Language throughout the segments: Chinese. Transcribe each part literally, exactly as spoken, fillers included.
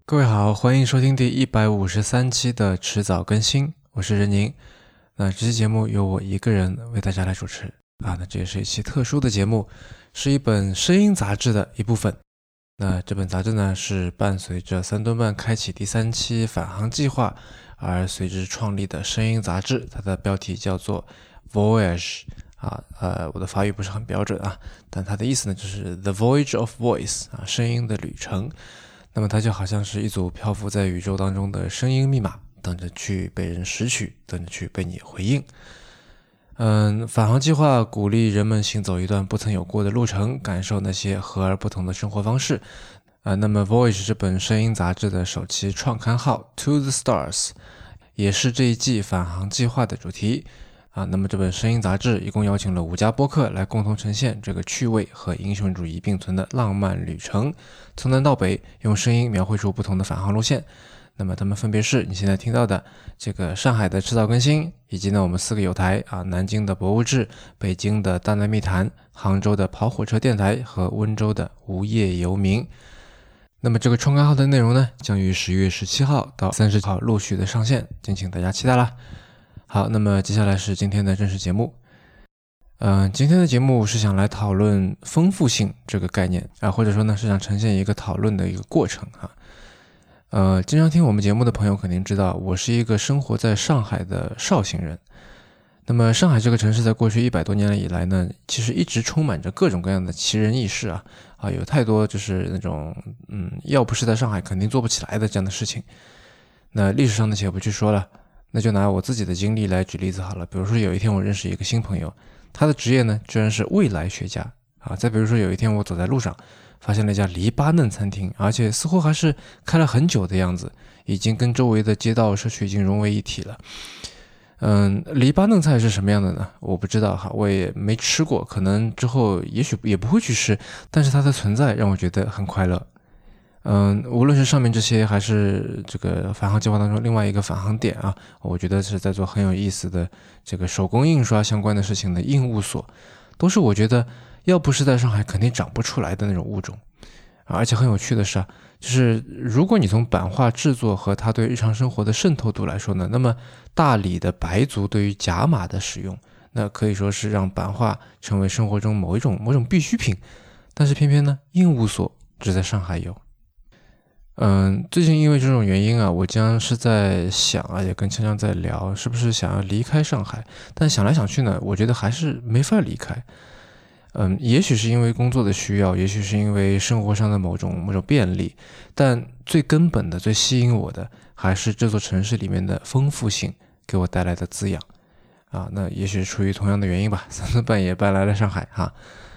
各位好，欢迎收听第一百五十三期的迟早更新，我是任宁。那这期节目由我一个人为大家来主持啊，那这也是一期特殊的节目，是一本声音杂志的一部分。那这本杂志呢，是伴随着三顿半开启第三期返航计划而随之创立的声音杂志，它的标题叫做 Voyage 啊，呃，我的法语不是很标准啊，但它的意思呢就是 The Voyage of Voice 啊，声音的旅程。那么它就好像是一组漂浮在宇宙当中的声音密码，等着去被人拾取，等着去被你回应。嗯，返航计划鼓励人们行走一段不曾有过的路程，感受那些和而不同的生活方式。呃，那么 Voyage 这本声音杂志的首期创刊号 To the Stars 也是这一季返航计划的主题。啊，那么这本声音杂志一共邀请了五家播客来共同呈现这个趣味和英雄主义并存的浪漫旅程，从南到北用声音描绘出不同的返航路线。那么他们分别是你现在听到的这个上海的迟早更新，以及呢我们四个有台啊，南京的博物志，北京的大内密谈，杭州的跑火车电台和温州的无业游民。那么这个创刊号的内容呢，将于十月十七号到三十号陆续的上线，敬请大家期待啦。好，那么接下来是今天的正式节目。嗯、呃，今天的节目是想来讨论丰富性这个概念啊，或者说呢是想呈现一个讨论的一个过程哈。呃，经常听我们节目的朋友肯定知道，我是一个生活在上海的绍兴人。那么上海这个城市在过去一百多年以来呢，其实一直充满着各种各样的奇人异事啊啊，有太多就是那种嗯，要不是在上海肯定做不起来的这样的事情。那历史上的且不去说了。那就拿我自己的经历来举例子好了，比如说有一天我认识一个新朋友，他的职业呢居然是未来学家啊。再比如说有一天我走在路上，发现了一家黎巴嫩餐厅，而且似乎还是开了很久的样子，已经跟周围的街道社区已经融为一体了。嗯，黎巴嫩菜是什么样的呢？我不知道哈，我也没吃过，可能之后也许也不会去吃，但是它的存在让我觉得很快乐。嗯，无论是上面这些，还是这个返航计划当中另外一个返航点啊，我觉得是在做很有意思的这个手工印刷相关的事情的印务所，都是我觉得要不是在上海肯定长不出来的那种物种啊。而且很有趣的是啊，就是如果你从版画制作和它对日常生活的渗透度来说呢，那么大理的白族对于甲马的使用，那可以说是让版画成为生活中某一种某种必需品。但是偏偏呢，印务所只在上海有。嗯，最近因为这种原因啊，我将是在想啊，也跟锵锵在聊，是不是想要离开上海？但想来想去呢，我觉得还是没法离开。嗯，也许是因为工作的需要，也许是因为生活上的某种某种便利，但最根本的、最吸引我的，还是这座城市里面的丰富性给我带来的滋养。啊，那也许出于同样的原因吧，三顿半也搬来了上海哈。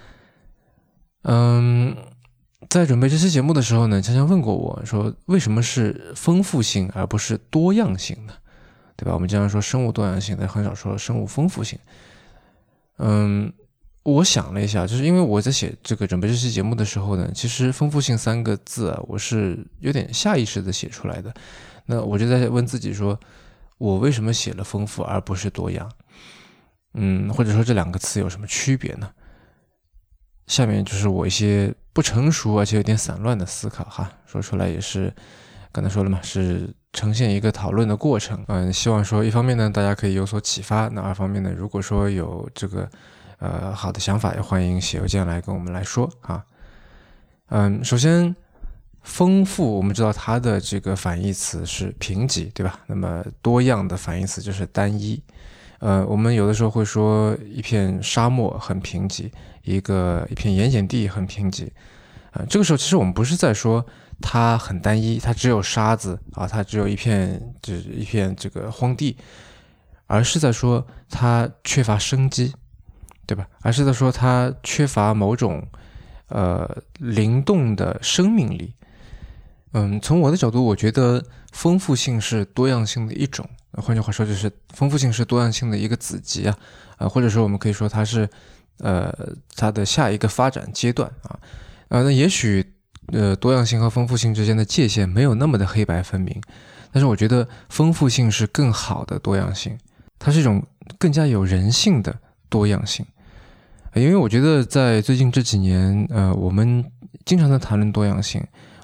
嗯。在准备这期节目的时候呢，锵锵问过我说，为什么是丰富性而不是多样性呢？对吧？我们经常说生物多样性，但很少说生物丰富性。嗯，我想了一下，就是因为我在写这个准备这期节目的时候呢，其实丰富性三个字啊，我是有点下意识的写出来的。那我就在问自己说，我为什么写了丰富而不是多样？嗯，或者说这两个词有什么区别呢？下面就是我一些不成熟而且有点散乱的思考哈，说出来也是刚才说了嘛，是呈现一个讨论的过程。嗯，希望说一方面呢大家可以有所启发，那二方面呢，如果说有这个呃好的想法，也欢迎写邮件来跟我们来说哈。嗯，首先丰富，我们知道它的这个反义词是贫瘠，对吧？那么多样的反义词就是单一。呃，我们有的时候会说一片沙漠很贫瘠，一个一片盐碱地很贫瘠，啊、呃，这个时候其实我们不是在说它很单一，它只有沙子啊，它只有一片就是一片这个荒地，而是在说它缺乏生机，对吧？而是在说它缺乏某种呃灵动的生命力。嗯，从我的角度，我觉得丰富性是多样性的一种。换句话说，就是丰富性是多样性的一个子集啊，呃，或者说我们可以说它是，呃，它的下一个发展阶段啊，呃，那也许呃多样性和丰富性之间的界限没有那么的黑白分明，但是我觉得丰富性是更好的多样性，它是一种更加有人性的多样性，因为我觉得在最近这几年，呃，我们经常在谈论多样性。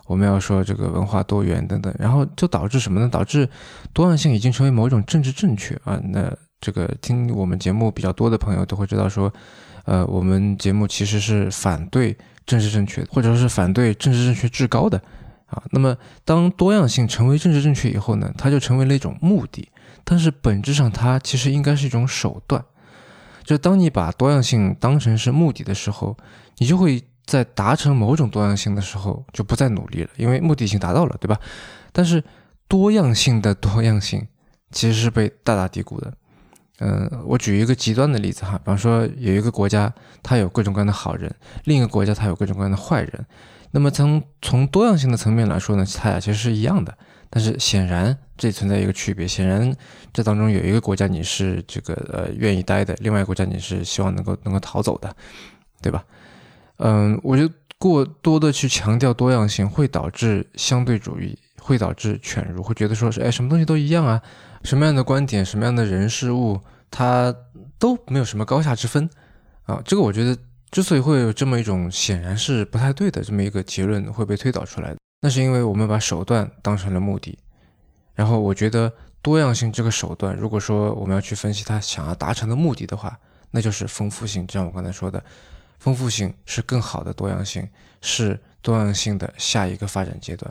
我们要说这个文化多元等等，然后就导致什么呢？导致多样性已经成为某种政治正确啊。那这个听我们节目比较多的朋友都会知道说，呃，我们节目其实是反对政治正确，或者说是反对政治正确至高的啊。那么当多样性成为政治正确以后呢，它就成为了一种目的，但是本质上它其实应该是一种手段。就当你把多样性当成是目的的时候，你就会在达成某种多样性的时候就不再努力了，因为目的已经达到了，对吧？但是多样性的多样性其实是被大大低估的。嗯、呃，我举一个极端的例子哈，比方说有一个国家它有各种各样的好人，另一个国家它有各种各样的坏人。那么从从多样性的层面来说呢，它俩其实是一样的，但是显然这存在一个区别，显然这当中有一个国家你是这个呃愿意待的，另外一个国家你是希望能够能够逃走的，对吧？嗯，我觉得过多的去强调多样性会导致相对主义，会导致犬儒，会觉得说是哎什么东西都一样啊，什么样的观点，什么样的人事物，它都没有什么高下之分啊。这个我觉得之所以会有这么一种显然是不太对的这么一个结论会被推导出来的，那是因为我们把手段当成了目的。然后我觉得多样性这个手段，如果说我们要去分析它想要达成的目的的话，那就是丰富性。就像我刚才说的，丰富性是更好的多样性，是多样性的下一个发展阶段。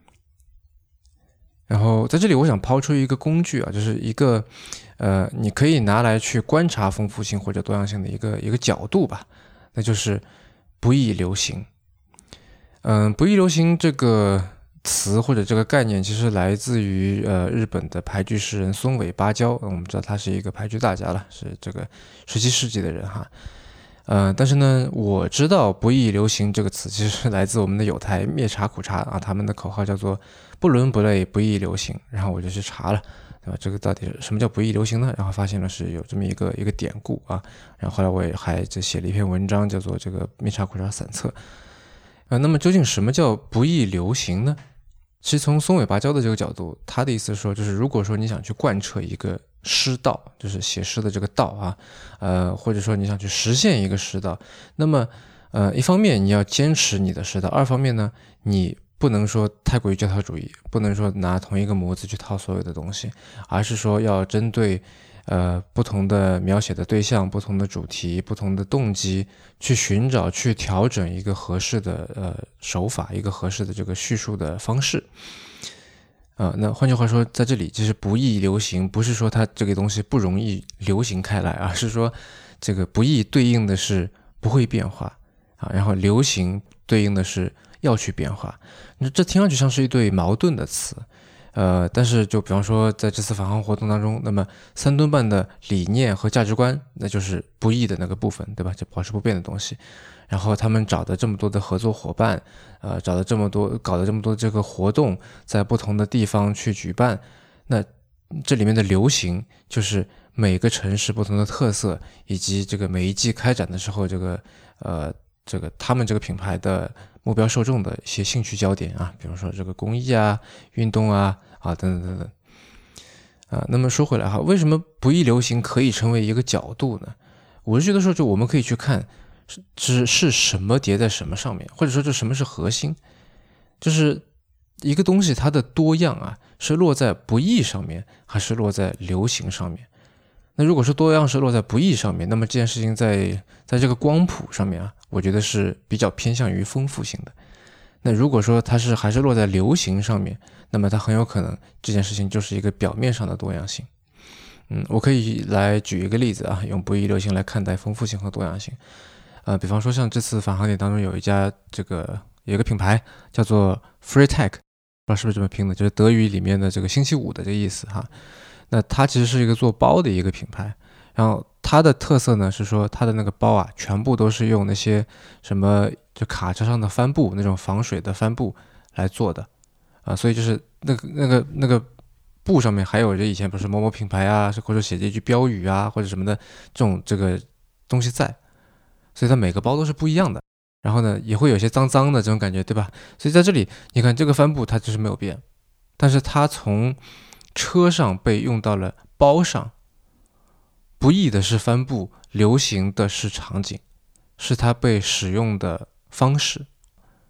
然后在这里我想抛出一个工具啊，就是一个呃，你可以拿来去观察丰富性或者多样性的一个一个角度吧，那就是不易流行。嗯，不易流行这个词或者这个概念其实来自于呃日本的俳句诗人松尾芭蕉。我们知道他是一个俳句大家了，是这个十七世纪的人哈。呃，但是呢，我知道不易流行这个词其实是来自我们的友台灭茶苦茶啊，他们的口号叫做不伦不类不易流行。然后我就去查了，对吧？这个到底是什么叫不易流行呢？然后发现了是有这么一个一个典故啊。然后后来我也还就写了一篇文章，叫做这个灭茶苦茶散册。呃，那么究竟什么叫不易流行呢？其实从松尾芭蕉的这个角度，他的意思是说，就是如果说你想去贯彻一个诗道，就是写诗的这个道啊，呃，或者说你想去实现一个诗道，那么呃，一方面你要坚持你的诗道，二方面呢，你不能说太过于教条主义，不能说拿同一个模子去套所有的东西，而是说要针对呃不同的描写的对象、不同的主题、不同的动机，去寻找、去调整一个合适的呃手法，一个合适的这个叙述的方式。啊、呃，那换句话说，在这里其实不易流行，不是说它这个东西不容易流行开来，而是说这个不易对应的是不会变化啊，然后流行对应的是要去变化。那这听上去像是一对矛盾的词。呃，但是就比方说在这次返航活动当中，那么三吨半的理念和价值观，那就是不易的那个部分，对吧？就保持不变的东西。然后他们找的这么多的合作伙伴，呃，找的这么多，搞的这么多这个活动，在不同的地方去举办，那这里面的流行就是每个城市不同的特色，以及这个每一季开展的时候，这个呃，这个他们这个品牌的目标受众的一些兴趣焦点啊，比如说这个公益啊、运动啊啊等等等等啊。那么说回来哈，为什么不易流行可以成为一个角度呢？我是觉得说，就我们可以去看是是什么叠在什么上面，或者说这什么是核心，就是一个东西它的多样啊，是落在不易上面，还是落在流行上面？那如果说多样是落在不易上面，那么这件事情在在这个光谱上面啊，我觉得是比较偏向于丰富性的。那如果说它是还是落在流行上面，那么它很有可能这件事情就是一个表面上的多样性。嗯，我可以来举一个例子啊，用不易流行来看待丰富性和多样性。呃，比方说像这次返航点当中有一家这个有一个品牌叫做 Freitag， 不知道是不是这么拼的，就是德语里面的这个星期五的这个意思哈。那它其实是一个做包的一个品牌，然后它的特色呢是说它的那个包啊，全部都是用那些什么就卡车上的帆布那种防水的帆布来做的啊，所以就是那个那个那个布上面还有着以前不是某某品牌啊，或者写着一句标语啊或者什么的这种这个东西在，所以它每个包都是不一样的。然后呢，也会有些脏脏的这种感觉，对吧？所以在这里你看这个帆布它就是没有变，但是它从车上被用到了包上，不易的是帆布，流行的是场景，是它被使用的方式。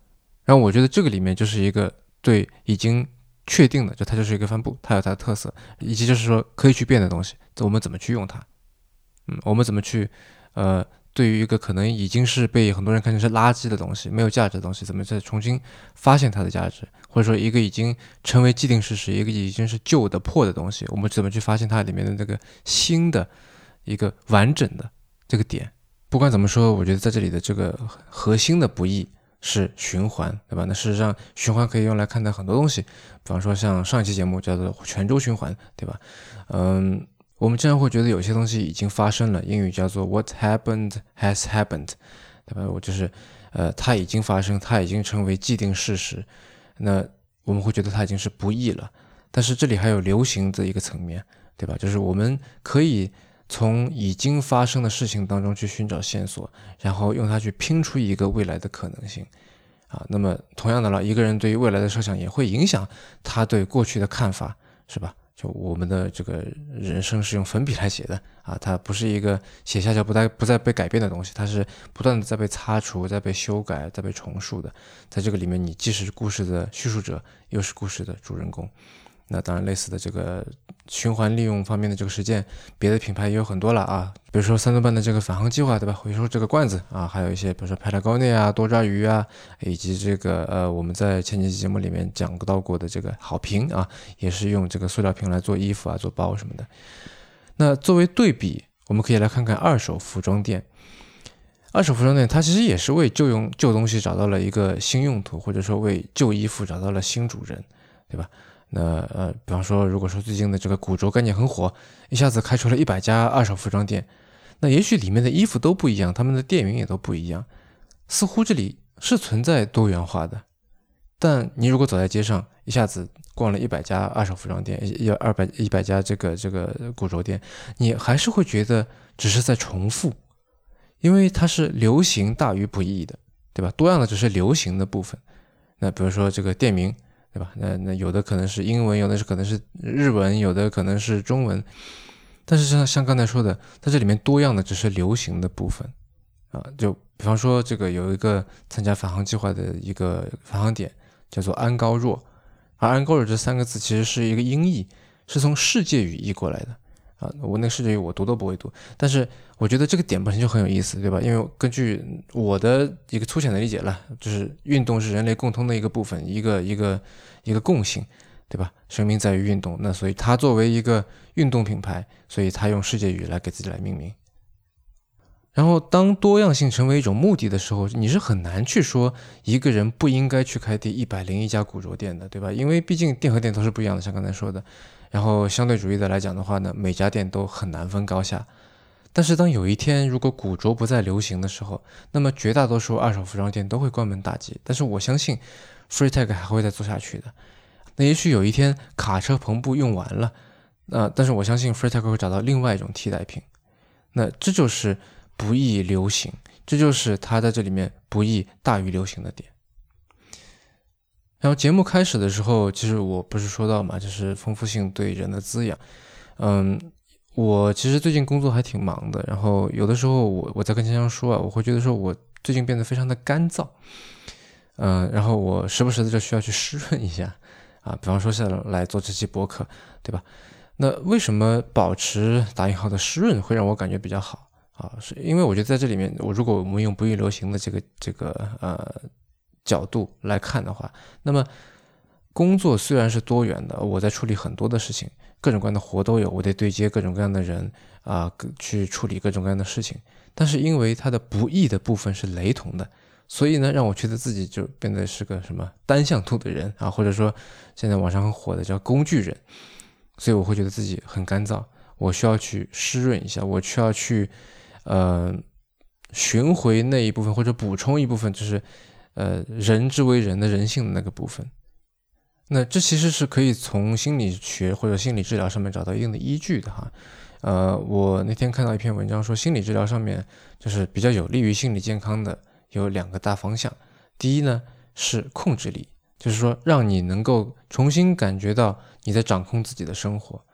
然后我觉得这个里面就是一个对已经确定的，就它就是一个帆布，它有它的特色，以及就是说可以去变的东西，我们怎么去用它？嗯，我们怎么去呃，对于一个可能已经是被很多人看成是垃圾的东西、没有价值的东西，怎么再重新发现它的价值？或者说一个已经成为既定事实、一个已经是旧的破的东西，我们怎么去发现它里面的这个新的一个完整的这个点？不管怎么说，我觉得在这里的这个核心的不易是循环，对吧？那事实上，循环可以用来看待很多东西，比方说像上一期节目叫做全周循环，对吧？嗯，我们经常会觉得有些东西已经发生了，英语叫做 What happened has happened， 对吧？我就是呃，它已经发生，它已经成为既定事实，那我们会觉得它已经是不易了。但是这里还有流行的一个层面，对吧？就是我们可以从已经发生的事情当中去寻找线索，然后用它去拼出一个未来的可能性啊。那么同样的了，一个人对于未来的设想也会影响他对过去的看法，是吧？就我们的这个人生是用粉笔来写的啊，它不是一个写下就不再不再被改变的东西，它是不断的在被擦除、在被修改、在被重述的。在这个里面，你既是故事的叙述者，又是故事的主人公。那当然，类似的这个循环利用方面的这个实践，别的品牌也有很多了啊，比如说三顿半的这个返航计划，对吧？回收这个罐子啊，还有一些比如说 Patagonia 啊、多抓鱼啊，以及这个呃我们在前几期节目里面讲到过的这个好评啊，也是用这个塑料瓶来做衣服啊、做包什么的。那作为对比，我们可以来看看二手服装店。二手服装店它其实也是为旧用旧东西找到了一个新用途，或者说为旧衣服找到了新主人，对吧？那呃，比方说，如果说最近的这个古着概念很火，一下子开出了一百家二手服装店，那也许里面的衣服都不一样，他们的店名也都不一样，似乎这里是存在多元化的。但你如果走在街上，一下子逛了一百家二手服装店，一二百一百家这个这个古着店，你还是会觉得只是在重复，因为它是流行大于不易的，对吧？多样的只是流行的部分。那比如说这个店名，对吧？那那有的可能是英文，有的是可能是日文，有的可能是中文。但是像像刚才说的，在这里面多样的只是流行的部分啊。就比方说这个有一个参加返航计划的一个返航点叫做安高若，而安高若这三个字其实是一个音译，是从世界语译过来的啊。我那个世界语我读都不会读，但是我觉得这个点本身就很有意思，对吧？因为根据我的一个粗浅的理解了，就是运动是人类共通的一个部分，一个一个一个共性，对吧？生命在于运动，那所以它作为一个运动品牌，所以它用世界语来给自己来命名。然后当多样性成为一种目的的时候，你是很难去说一个人不应该去开第一百零一家古着店的，对吧？因为毕竟店和店都是不一样的，像刚才说的。然后相对主义的来讲的话呢，每家店都很难分高下。但是当有一天如果古着不再流行的时候，那么绝大多数二手服装店都会关门大吉。但是我相信 Freitag 还会再做下去的。那也许有一天卡车篷布用完了，呃、但是我相信 Freitag 会找到另外一种替代品。那这就是不易流行，这就是它在这里面不易大于流行的点。然后节目开始的时候，其实我不是说到嘛，就是丰富性对人的滋养。嗯，我其实最近工作还挺忙的，然后有的时候我我在跟江江说啊，我会觉得说我最近变得非常的干燥，嗯，然后我时不时的就需要去湿润一下啊，比方说下来做这期播客，对吧？那为什么保持打引号的湿润会让我感觉比较好啊？是因为我觉得在这里面，我如果我们用不易流行的这个这个呃角度来看的话，那么工作虽然是多元的，我在处理很多的事情，各种各样的活都有，我得对接各种各样的人啊、呃，去处理各种各样的事情。但是因为它的不易的部分是雷同的，所以呢，让我觉得自己就变得是个什么单向度的人啊，或者说现在网上很火的叫工具人。所以我会觉得自己很干燥，我需要去湿润一下，我需要去呃寻回那一部分，或者补充一部分，就是呃人之为人的人性的那个部分。那这其实是可以从心理学或者心理治疗上面找到一定的依据的哈。呃，我那天看到一篇文章说，心理治疗上面就是比较有利于心理健康的有两个大方向。第一呢是控制力，就是说让你能够重新感觉到你在掌控自己的生活。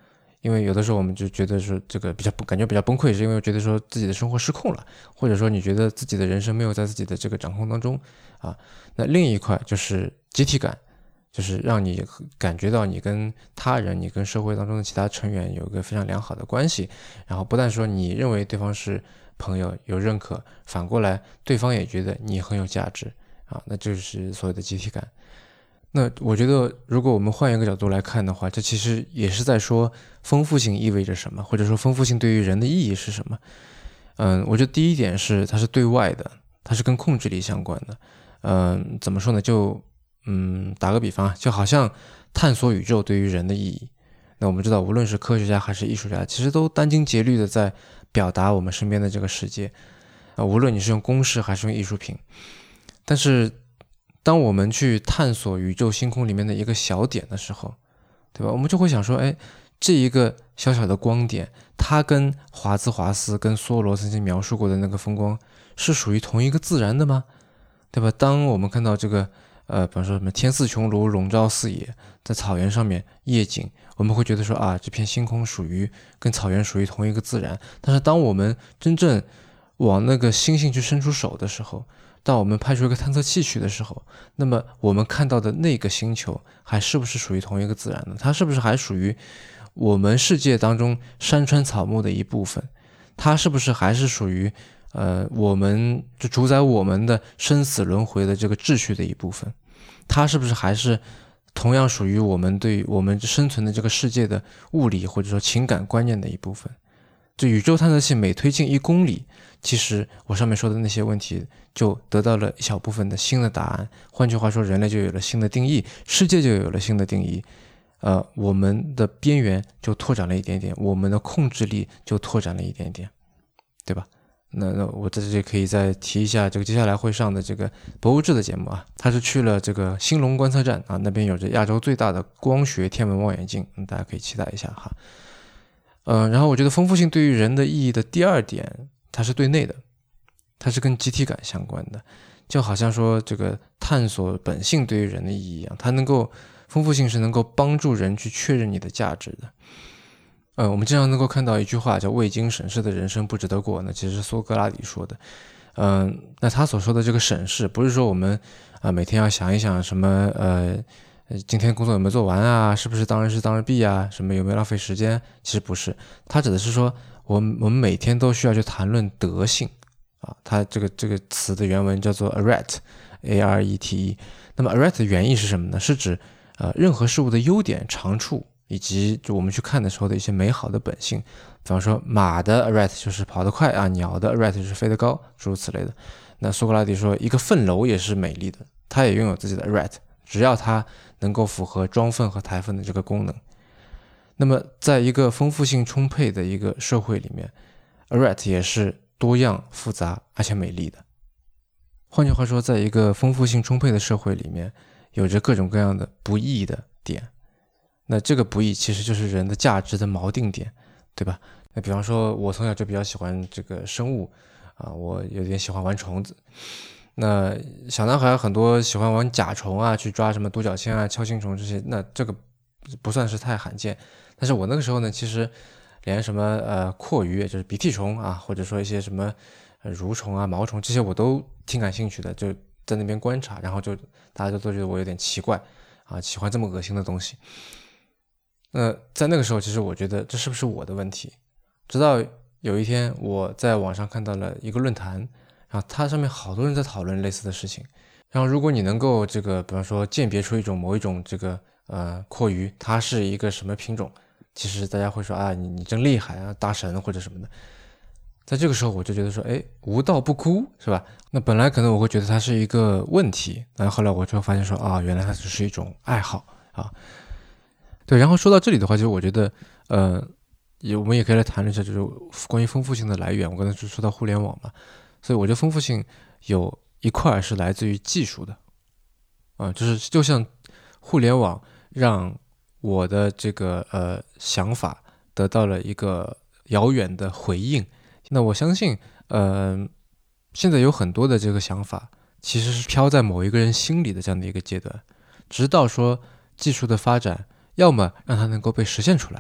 因为有的时候我们就觉得说这个比较感觉比较崩溃，是因为觉得说自己的生活失控了，或者说你觉得自己的人生没有在自己的这个掌控当中啊。那另一块就是集体感，就是让你感觉到你跟他人、你跟社会当中的其他成员有一个非常良好的关系，然后不但说你认为对方是朋友有认可，反过来对方也觉得你很有价值啊，那就是所谓的集体感。那我觉得如果我们换一个角度来看的话，这其实也是在说丰富性意味着什么，或者说丰富性对于人的意义是什么。嗯，我觉得第一点是它是对外的，它是跟控制力相关的。嗯，怎么说呢？就嗯，打个比方啊，就好像探索宇宙对于人的意义。那我们知道，无论是科学家还是艺术家，其实都殚精竭虑的在表达我们身边的这个世界啊，无论你是用公式还是用艺术品。但是当我们去探索宇宙星空里面的一个小点的时候，对吧？我们就会想说，哎，这一个小小的光点，它跟华兹华斯跟梭罗曾经描述过的那个风光是属于同一个自然的吗？对吧？当我们看到这个呃，比方说什么天似穹庐，笼罩四野，在草原上面夜景，我们会觉得说啊，这片星空属于跟草原属于同一个自然。但是当我们真正往那个星星去伸出手的时候，当我们派出一个探测器去的时候，那么我们看到的那个星球还是不是属于同一个自然的？它是不是还属于我们世界当中山川草木的一部分？它是不是还是属于呃我们就主宰我们的生死轮回的这个秩序的一部分？它是不是还是同样属于我们对我们生存的这个世界的物理或者说情感观念的一部分？就宇宙探测器每推进一公里，其实我上面说的那些问题就得到了一小部分的新的答案。换句话说，人类就有了新的定义，世界就有了新的定义。呃，我们的边缘就拓展了一点点，我们的控制力就拓展了一点点，对吧？那那我在这里可以再提一下这个接下来会上的这个博物志的节目啊，他是去了这个兴隆观测站啊，那边有着亚洲最大的光学天文望远镜，嗯，大家可以期待一下哈。嗯、呃，然后我觉得丰富性对于人的意义的第二点，它是对内的，它是跟集体感相关的，就好像说这个探索本性对于人的意义一样，它能够丰富性是能够帮助人去确认你的价值的。呃，我们经常能够看到一句话叫未经审视的人生不值得过，那其实是苏格拉底说的。嗯、呃，那他所说的这个审视，不是说我们啊、呃、每天要想一想什么呃今天工作有没有做完啊，是不是当日事当日毕啊，什么有没有浪费时间，其实不是，他指的是说我们我们每天都需要去谈论德性啊，它这个这个词的原文叫做 arete A R E T E。 那么 arete 的原意是什么呢？是指呃任何事物的优点长处，以及就我们去看的时候的一些美好的本性。比方说马的 arete 就是跑得快啊，鸟的 arete 就是飞得高，诸如此类的。那苏格拉底说一个粪楼也是美丽的，它也拥有自己的 arete， 只要它能够符合装粪和抬粪的这个功能。那么在一个丰富性充沛的一个社会里面， arete 也是多样复杂而且美丽的。换句话说，在一个丰富性充沛的社会里面，有着各种各样的不易的点，那这个不易其实就是人的价值的锚定点，对吧？那比方说我从小就比较喜欢这个生物啊，我有点喜欢玩虫子。那小男孩很多喜欢玩甲虫啊，去抓什么独角仙啊、锹形虫这些，那这个不算是太罕见。但是我那个时候呢，其实连什么呃蛞蝓，就是鼻涕虫啊，或者说一些什么蠕虫啊、毛虫这些，我都挺感兴趣的，就在那边观察，然后就大家就都觉得我有点奇怪啊，喜欢这么恶心的东西。那在那个时候，其实我觉得这是不是我的问题？直到有一天我在网上看到了一个论坛，然后它上面好多人在讨论类似的事情。然后如果你能够这个，比方说鉴别出一种某一种这个呃蛞蝓，它是一个什么品种，其实大家会说啊，你你真厉害啊，大神或者什么的。在这个时候我就觉得说，哎，无道不枯，是吧？那本来可能我会觉得它是一个问题，然后后来我就发现说啊，原来它只是一种爱好啊。对，然后说到这里的话，其实我觉得，呃，也我们也可以来谈论一下，就是关于丰富性的来源。我刚才就说到互联网嘛，所以我觉得丰富性有一块是来自于技术的，啊、呃，就是就像互联网让我的这个呃想法得到了一个遥远的回应。那我相信，呃，现在有很多的这个想法其实是飘在某一个人心里的这样的一个阶段，直到说技术的发展，要么让它能够被实现出来，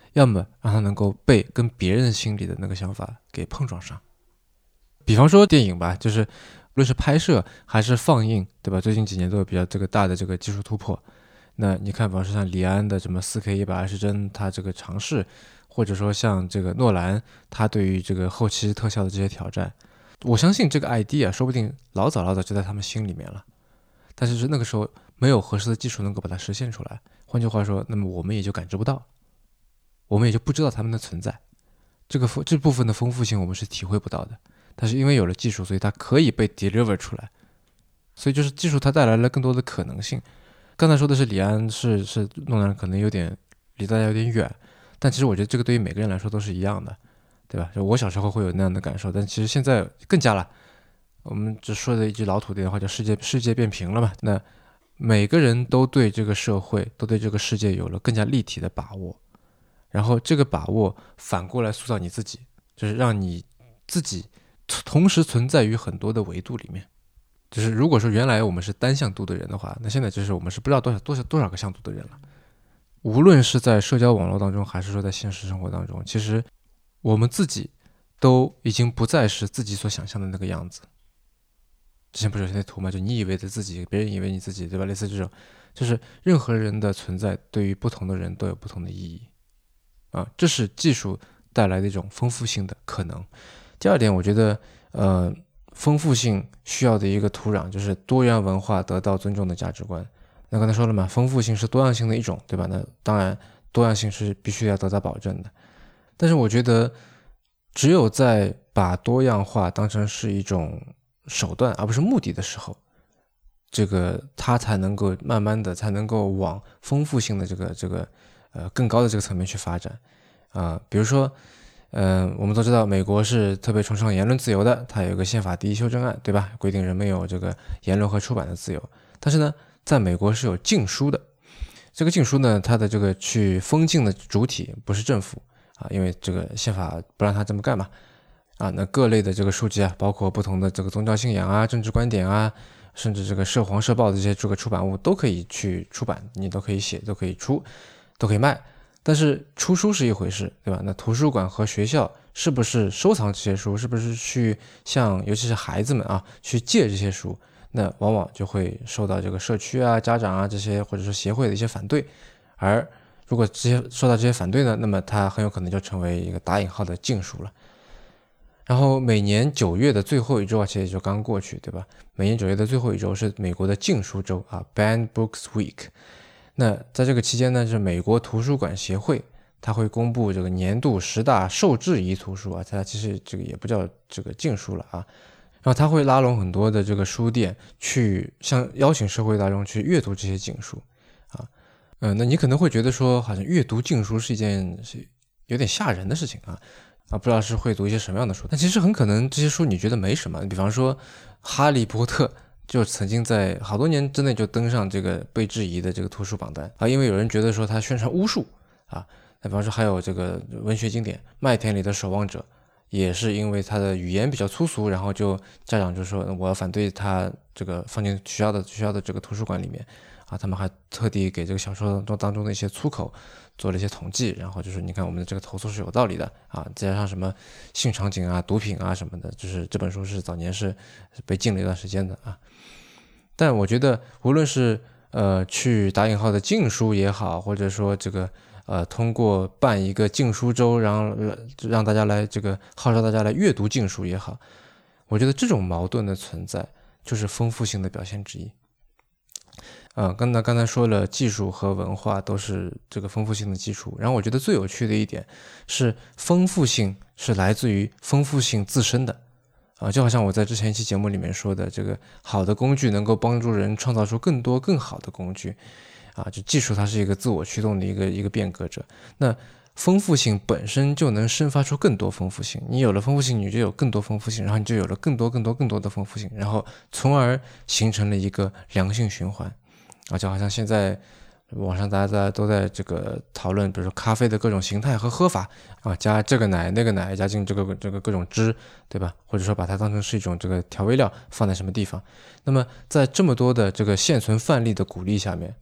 要么让它能够被跟别人心里的那个想法给碰撞上。比方说电影吧，就是无论是拍摄还是放映，对吧？最近几年都有比较这个大的这个技术突破。那你看，比方说像李安的什么 四K 一百二十帧，他这个尝试，或者说像这个诺兰，他对于这个后期特效的这些挑战，我相信这个 idea 说不定老早老早就在他们心里面了，但是那个时候没有合适的技术能够把它实现出来。换句话说，那么我们也就感知不到，我们也就不知道他们的存在。这个这部分的丰富性我们是体会不到的。但是因为有了技术，所以它可以被 deliver 出来，所以就是技术它带来了更多的可能性。刚才说的是李安是是诺兰可能有点离大家有点远，但其实我觉得这个对于每个人来说都是一样的，对吧？就我小时候会有那样的感受，但其实现在更加了。我们只说的一句老土点的话，叫世界世界变平了嘛。那每个人都对这个社会，都对这个世界有了更加立体的把握，然后这个把握反过来塑造你自己，就是让你自己同时存在于很多的维度里面。就是如果说原来我们是单向度的人的话，那现在就是我们是不知道多少多少多少个向度的人了。无论是在社交网络当中，还是说在现实生活当中，其实我们自己都已经不再是自己所想象的那个样子。之前不是有些图嘛，就你以为的自己，别人以为你自己，对吧？类似这种，就是任何人的存在对于不同的人都有不同的意义啊，这是技术带来的一种丰富性的可能。第二点，我觉得，呃，丰富性需要的一个土壤就是多元文化得到尊重的价值观。那刚才说了嘛，丰富性是多样性的一种，对吧？那当然，多样性是必须要得到保证的。但是我觉得，只有在把多样化当成是一种手段而不是目的的时候，这个它才能够慢慢的才能够往丰富性的这个这个呃更高的这个层面去发展啊、呃。比如说。嗯，我们都知道美国是特别崇尚言论自由的，它有一个宪法第一修正案，对吧？规定人们有这个言论和出版的自由。但是呢，在美国是有禁书的。这个禁书呢，它的这个去封禁的主体不是政府啊，因为这个宪法不让他这么干嘛。啊，那各类的这个书籍啊，包括不同的这个宗教信仰啊、政治观点啊，甚至这个涉黄涉暴的这些这个出版物都可以去出版，你都可以写，都可以出，都可以卖。但是出书是一回事，对吧？那图书馆和学校是不是收藏这些书，是不是去向尤其是孩子们啊去借这些书，那往往就会受到这个社区啊、家长啊这些或者说协会的一些反对。而如果这些受到这些反对呢，那么它很有可能就成为一个打引号的禁书了。然后每年九月的最后一周啊，其实也就刚过去，对吧？每年九月的最后一周是美国的禁书周啊 ，Banned Books Week。那在这个期间呢，就是美国图书馆协会，它会公布这个年度十大受质疑图书啊，它其实这个也不叫这个禁书了啊。然后它会拉拢很多的这个书店，去向邀请社会大众去阅读这些禁书啊。嗯、呃，那你可能会觉得说，好像阅读禁书是一件是有点吓人的事情啊啊，不知道是会读一些什么样的书。但其实很可能这些书你觉得没什么，比方说《哈利波特》。就曾经在好多年之内就登上这个被质疑的这个图书榜单啊，因为有人觉得说他宣传巫术啊。那比方说还有这个文学经典《麦田里的守望者》，也是因为他的语言比较粗俗，然后就家长就说我要反对他这个放进学校的学校的这个图书馆里面啊。他们还特地给这个小说当中的一些粗口做了一些统计，然后就是你看我们的这个投诉是有道理的啊，加上什么性场景啊、毒品啊什么的，就是这本书是早年是被禁了一段时间的啊。但我觉得无论是呃去打引号的禁书也好，或者说这个呃通过办一个禁书周，让让大家来这个号召大家来阅读禁书也好，我觉得这种矛盾的存在就是丰富性的表现之一。呃，刚才刚才说了，技术和文化都是这个丰富性的基础。然后我觉得最有趣的一点是，丰富性是来自于丰富性自身的。啊，就好像我在之前一期节目里面说的，这个好的工具能够帮助人创造出更多更好的工具，啊，就技术它是一个自我驱动的一个一个变革者。那丰富性本身就能生发出更多丰富性，你有了丰富性，你就有更多丰富性，然后你就有了更多更多更多的丰富性，然后从而形成了一个良性循环。啊，就好像现在网上大家都在这个讨论，比如说咖啡的各种形态和喝法啊，加这个奶那个奶，加进这个这个各种汁，对吧？或者说把它当成是一种这个调味料放在什么地方。那么在这么多的这个现存范例的鼓励下面，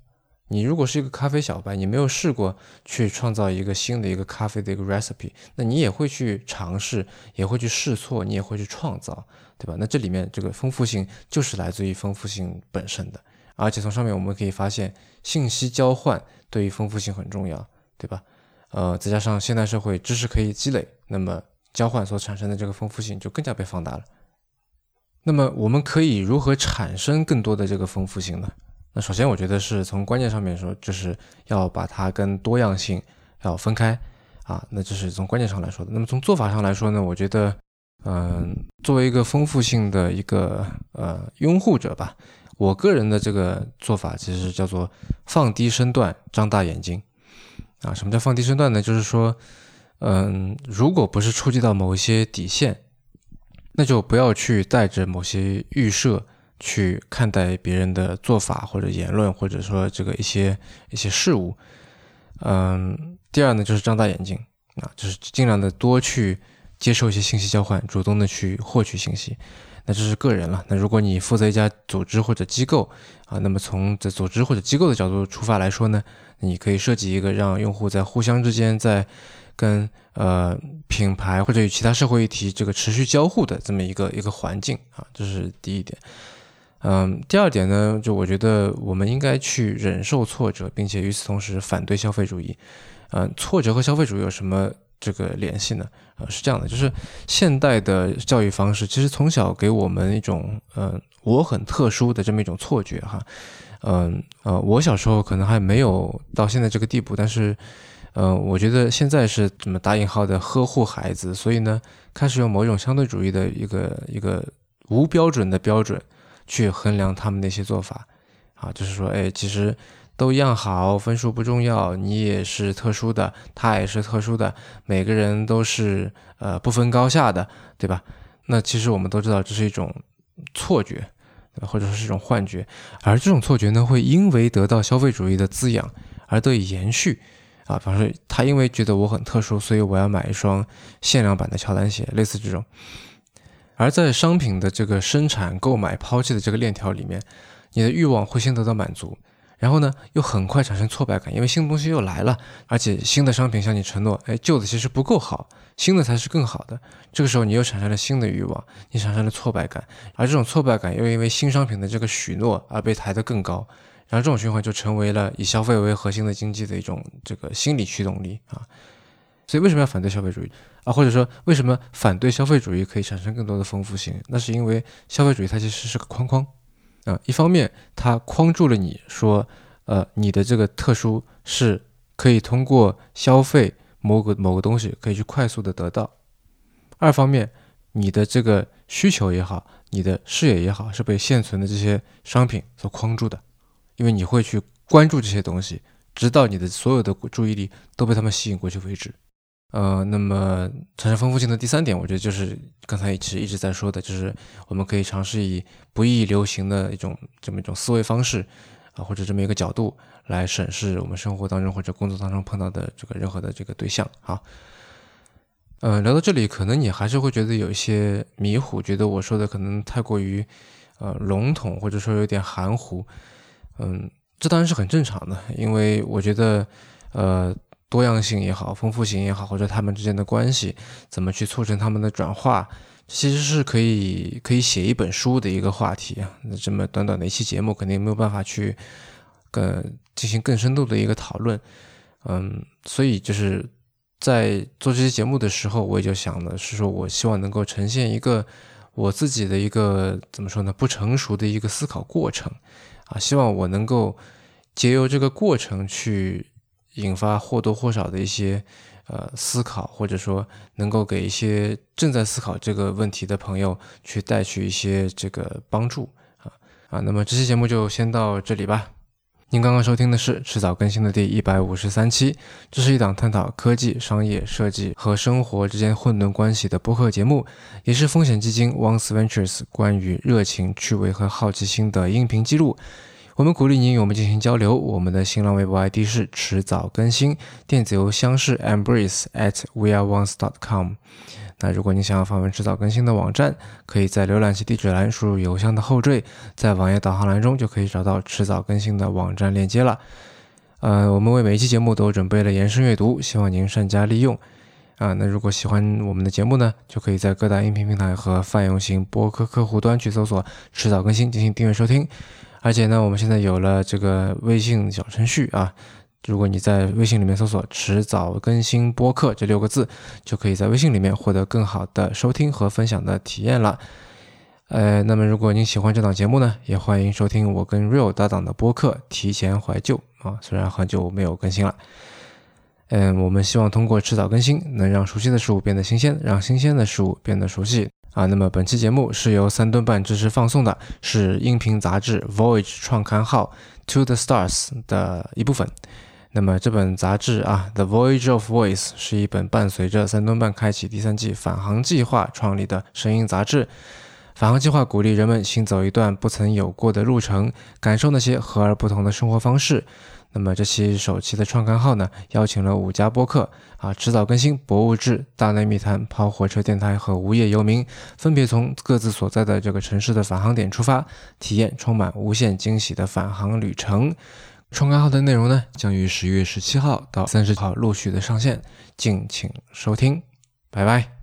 你如果是一个咖啡小白，你没有试过去创造一个新的一个咖啡的一个 recipe， 那你也会去尝试，也会去试错，你也会去创造，对吧？那这里面这个丰富性就是来自于丰富性本身的，而且从上面我们可以发现，信息交换对于丰富性很重要，对吧？呃，再加上现代社会知识可以积累，那么交换所产生的这个丰富性就更加被放大了。那么我们可以如何产生更多的这个丰富性呢？那首先我觉得是从观念上面说，就是要把它跟多样性要分开啊，那这是从观念上来说的。那么从做法上来说呢，我觉得嗯、呃，作为一个丰富性的一个呃拥护者吧，我个人的这个做法其实叫做放低身段，张大眼睛啊。什么叫放低身段呢？就是说嗯、呃，如果不是触及到某一些底线，那就不要去带着某些预设去看待别人的做法或者言论，或者说这个一些一些事物。嗯，第二呢，就是张大眼睛啊，就是尽量的多去接受一些信息交换，主动的去获取信息。那这是个人了。那如果你负责一家组织或者机构啊，那么从这组织或者机构的角度出发来说呢，你可以设计一个让用户在互相之间在跟呃品牌或者与其他社会议题这个持续交互的这么一个一个环境啊，这是第一点。嗯，第二点呢，就我觉得我们应该去忍受挫折，并且与此同时反对消费主义。嗯，挫折和消费主义有什么这个联系呢？呃，是这样的，就是现代的教育方式其实从小给我们一种嗯我很特殊的这么一种错觉哈。嗯呃，我小时候可能还没有到现在这个地步，但是呃，我觉得现在是怎么打引号的呵护孩子，所以呢，开始用某一种相对主义的一个一个无标准的标准去衡量他们的一些做法啊，就是说，哎，其实都一样好，分数不重要，你也是特殊的，他也是特殊的，每个人都是呃不分高下的，对吧？那其实我们都知道这是一种错觉，对吧？或者说是一种幻觉，而这种错觉呢，会因为得到消费主义的滋养而得以延续。啊，比方说他因为觉得我很特殊，所以我要买一双限量版的乔丹鞋，类似这种。而在商品的这个生产、购买、抛弃的这个链条里面，你的欲望会先得到满足，然后呢，又很快产生挫败感，因为新的东西又来了，而且新的商品向你承诺，哎，旧的其实不够好，新的才是更好的。这个时候你又产生了新的欲望，你产生了挫败感，而这种挫败感又因为新商品的这个许诺而被抬得更高。然后这种循环就成为了以消费为核心的经济的一种这个心理驱动力啊，所以为什么要反对消费主义啊？或者说为什么反对消费主义可以产生更多的丰富性？那是因为消费主义它其实是个框框啊，一方面它框住了你说，呃，你的这个特殊是可以通过消费某个某个东西可以去快速的得到；二方面，你的这个需求也好，你的视野也好，是被现存的这些商品所框住的。因为你会去关注这些东西，直到你的所有的注意力都被他们吸引过去为止。呃，那么产生丰富性的第三点，我觉得就是刚才一直一直在说的，就是我们可以尝试以不易流行的一种这么一种思维方式啊，或者这么一个角度来审视我们生活当中或者工作当中碰到的这个任何的这个对象。好，呃，聊到这里，可能你还是会觉得有一些迷糊，觉得我说的可能太过于呃笼统，或者说有点含糊。嗯，这当然是很正常的，因为我觉得，呃，多样性也好，丰富性也好，或者他们之间的关系，怎么去促成他们的转化，其实是可以可以写一本书的一个话题啊。那这么短短的一期节目，肯定没有办法去，呃，进行更深度的一个讨论。嗯，所以就是在做这些节目的时候，我也就想的是说，我希望能够呈现一个我自己的一个怎么说呢，不成熟的一个思考过程。啊，希望我能够借由这个过程去引发或多或少的一些呃思考，或者说能够给一些正在思考这个问题的朋友去带去一些这个帮助啊啊。那么这期节目就先到这里吧。您刚刚收听的是迟早更新的第一百五十三期，这是一档探讨科技、商业、设计和生活之间混沌关系的播客节目，也是风险基金 Once Ventures 关于热情、趣味和好奇心的音频记录。我们鼓励您与我们进行交流，我们的新浪微博 I D 是迟早更新，电子邮箱是 embrace at weareonce dot com。那如果你想要访问迟早更新的网站，可以在浏览器地址栏输入邮箱的后缀，在网页导航栏中就可以找到迟早更新的网站链接了。 呃，我们为每一期节目都准备了延伸阅读，希望您善加利用。啊，那如果喜欢我们的节目呢，就可以在各大音频平台和泛用型播客客户端去搜索迟早更新进行订阅收听。而且呢，我们现在有了这个微信小程序啊，如果你在微信里面搜索迟早更新播客这六个字，就可以在微信里面获得更好的收听和分享的体验了。呃，那么如果您喜欢这档节目呢，也欢迎收听我跟 Real 搭档的播客提前怀旧啊，虽然很久没有更新了。嗯，我们希望通过迟早更新，能让熟悉的事物变得新鲜，让新鲜的事物变得熟悉啊。那么本期节目是由三吨半支持放送的，是音频杂志 Voyage 创刊号 To the Stars 的一部分。那么这本杂志啊 The Voyage of Voice 是一本伴随着三吨半开启第三季返航计划创立的声音杂志。返航计划鼓励人们行走一段不曾有过的路程，感受那些和而不同的生活方式。那么这期首期的创刊号呢，邀请了五家播客啊，迟早更新、博物志、大内密谈、跑火车电台和无业游民，分别从各自所在的这个城市的返航点出发，体验充满无限惊喜的返航旅程。创刊号的内容呢，将于十月十七号到三十号陆续的上线，敬请收听，拜拜。